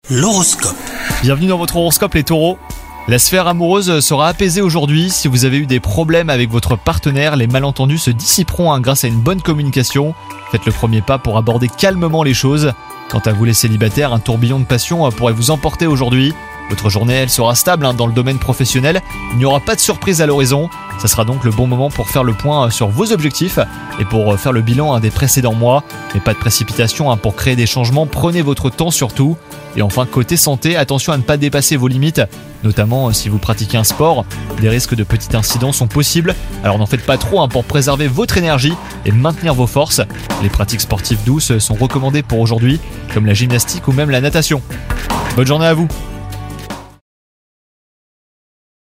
L'horoscope. Bienvenue dans votre horoscope les taureaux. La sphère amoureuse sera apaisée aujourd'hui. Si vous avez eu des problèmes avec votre partenaire, les malentendus se dissiperont grâce à une bonne communication. Faites le premier pas pour aborder calmement les choses. Quant à vous les célibataires, un tourbillon de passion pourrait vous emporter aujourd'hui. Votre journée, elle sera stable dans le domaine professionnel. Il n'y aura pas de surprise à l'horizon. Ça sera donc le bon moment pour faire le point sur vos objectifs et pour faire le bilan des précédents mois. Mais pas de précipitation pour créer des changements. Prenez votre temps surtout. Et enfin, côté santé, attention à ne pas dépasser vos limites, notamment si vous pratiquez un sport. Des risques de petits incidents sont possibles, alors n'en faites pas trop pour préserver votre énergie et maintenir vos forces. Les pratiques sportives douces sont recommandées pour aujourd'hui, comme la gymnastique ou même la natation. Bonne journée à vous!